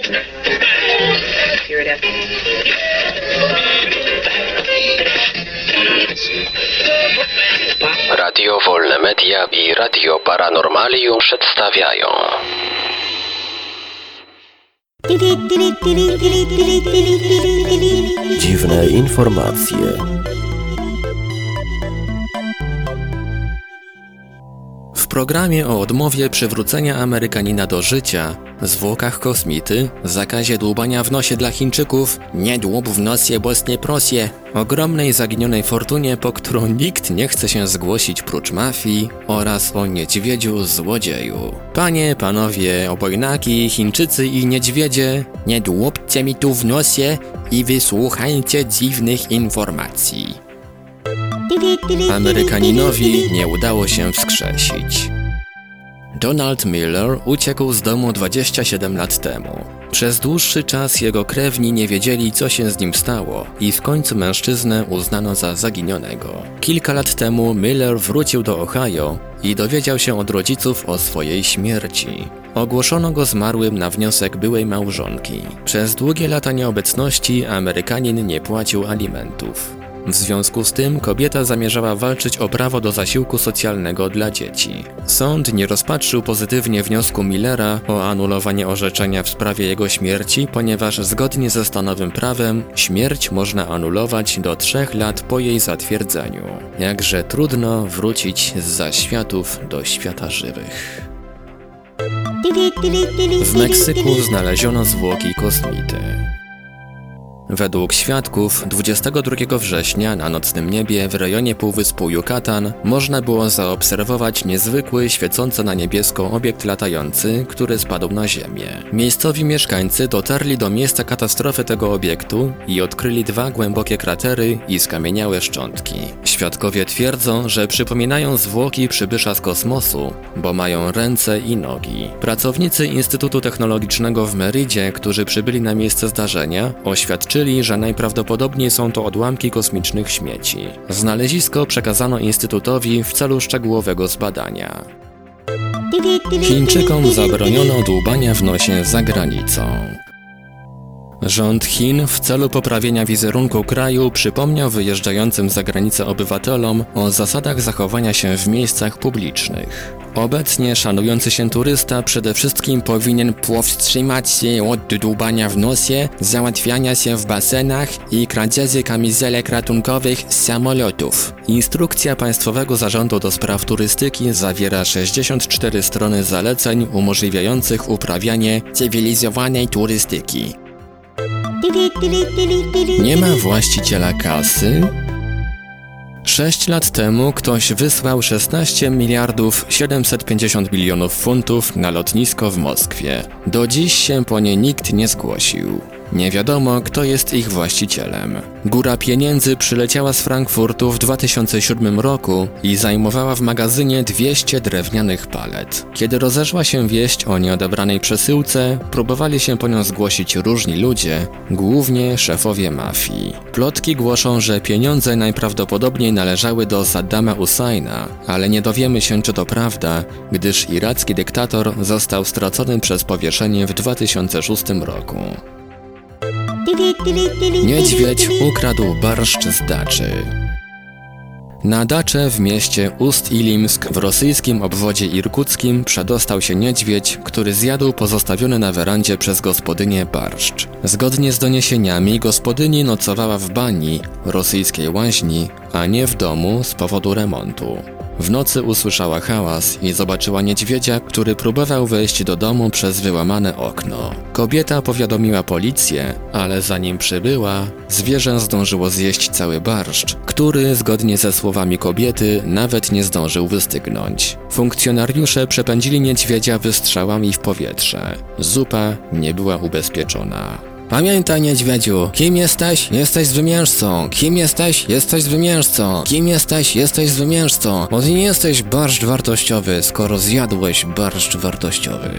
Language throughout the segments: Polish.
Radio Wolne Media i Radio Paranormalium przedstawiają dziwne informacje. W programie o odmowie przywrócenia Amerykanina do życia, zwłokach kosmity, zakazie dłubania w nosie dla Chińczyków, nie dłub w nosie, bo nie prosie, ogromnej zaginionej fortunie, po którą nikt nie chce się zgłosić prócz mafii, oraz o niedźwiedziu złodzieju. Panie, panowie, obojnaki, Chińczycy i niedźwiedzie, nie dłubcie mi tu w nosie i wysłuchajcie dziwnych informacji. Amerykaninowi nie udało się wskrzesić. Donald Miller uciekł z domu 27 lat temu. Przez dłuższy czas jego krewni nie wiedzieli, co się z nim stało i w końcu mężczyznę uznano za zaginionego. Kilka lat temu Miller wrócił do Ohio i dowiedział się od rodziców o swojej śmierci. Ogłoszono go zmarłym na wniosek byłej małżonki. Przez długie lata nieobecności Amerykanin nie płacił alimentów. W związku z tym kobieta zamierzała walczyć o prawo do zasiłku socjalnego dla dzieci. Sąd nie rozpatrzył pozytywnie wniosku Millera o anulowanie orzeczenia w sprawie jego śmierci, ponieważ zgodnie ze stanowym prawem śmierć można anulować do 3 lat po jej zatwierdzeniu. Jakże trudno wrócić z zaświatów do świata żywych. W Meksyku znaleziono zwłoki kosmity. Według świadków 22 września na nocnym niebie w rejonie półwyspu Yucatan można było zaobserwować niezwykły, świecący na niebiesko obiekt latający, który spadł na ziemię. Miejscowi mieszkańcy dotarli do miejsca katastrofy tego obiektu i odkryli 2 głębokie kratery i skamieniałe szczątki. Świadkowie twierdzą, że przypominają zwłoki przybysza z kosmosu, bo mają ręce i nogi. Pracownicy Instytutu Technologicznego w Meridzie, którzy przybyli na miejsce zdarzenia, oświadczyli, że najprawdopodobniej są to odłamki kosmicznych śmieci. Znalezisko przekazano Instytutowi w celu szczegółowego zbadania. Chińczykom zabroniono dłubania w nosie za granicą. Rząd Chin w celu poprawienia wizerunku kraju przypomniał wyjeżdżającym za granicę obywatelom o zasadach zachowania się w miejscach publicznych. Obecnie szanujący się turysta przede wszystkim powinien powstrzymać się od dłubania w nosie, załatwiania się w basenach i kradzieży kamizelek ratunkowych z samolotów. Instrukcja Państwowego Zarządu do Spraw Turystyki zawiera 64 strony zaleceń umożliwiających uprawianie cywilizowanej turystyki. Nie ma właściciela kasy? 6 lat temu ktoś wysłał 16 miliardów 750 milionów funtów na lotnisko w Moskwie. Do dziś się po nie nikt nie zgłosił. Nie wiadomo, kto jest ich właścicielem. Góra pieniędzy przyleciała z Frankfurtu w 2007 roku i zajmowała w magazynie 200 drewnianych palet. Kiedy rozeszła się wieść o nieodebranej przesyłce, próbowali się po nią zgłosić różni ludzie, głównie szefowie mafii. Plotki głoszą, że pieniądze najprawdopodobniej należały do Saddama Husajna, ale nie dowiemy się, czy to prawda, gdyż iracki dyktator został stracony przez powieszenie w 2006 roku. Niedźwiedź ukradł barszcz z daczy. Na daczę w mieście Ust-Ilimsk w rosyjskim obwodzie irkuckim przedostał się niedźwiedź, który zjadł pozostawiony na werandzie przez gospodynię barszcz. Zgodnie z doniesieniami gospodyni nocowała w bani, rosyjskiej łaźni, a nie w domu z powodu remontu. W nocy usłyszała hałas i zobaczyła niedźwiedzia, który próbował wejść do domu przez wyłamane okno. Kobieta powiadomiła policję, ale zanim przybyła, zwierzę zdążyło zjeść cały barszcz, który, zgodnie ze słowami kobiety, nawet nie zdążył wystygnąć. Funkcjonariusze przepędzili niedźwiedzia wystrzałami w powietrze. Zupa nie była ubezpieczona. Pamiętaj, niedźwiedziu, kim jesteś? Jesteś zwymiężcą. Kim jesteś? Jesteś zwymiężcą. Kim jesteś? Jesteś zwymiężcą. Bo nie jesteś barszcz wartościowy, skoro zjadłeś barszcz wartościowy.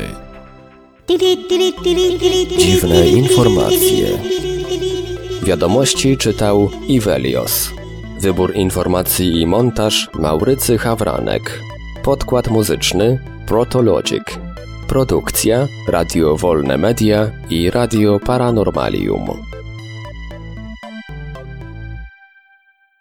Dziwne informacje. Wiadomości czytał Ivelios. Wybór informacji i montaż Maurycy Hawranek. Podkład muzyczny Protologic. Produkcja Radio Wolne Media i Radio Paranormalium.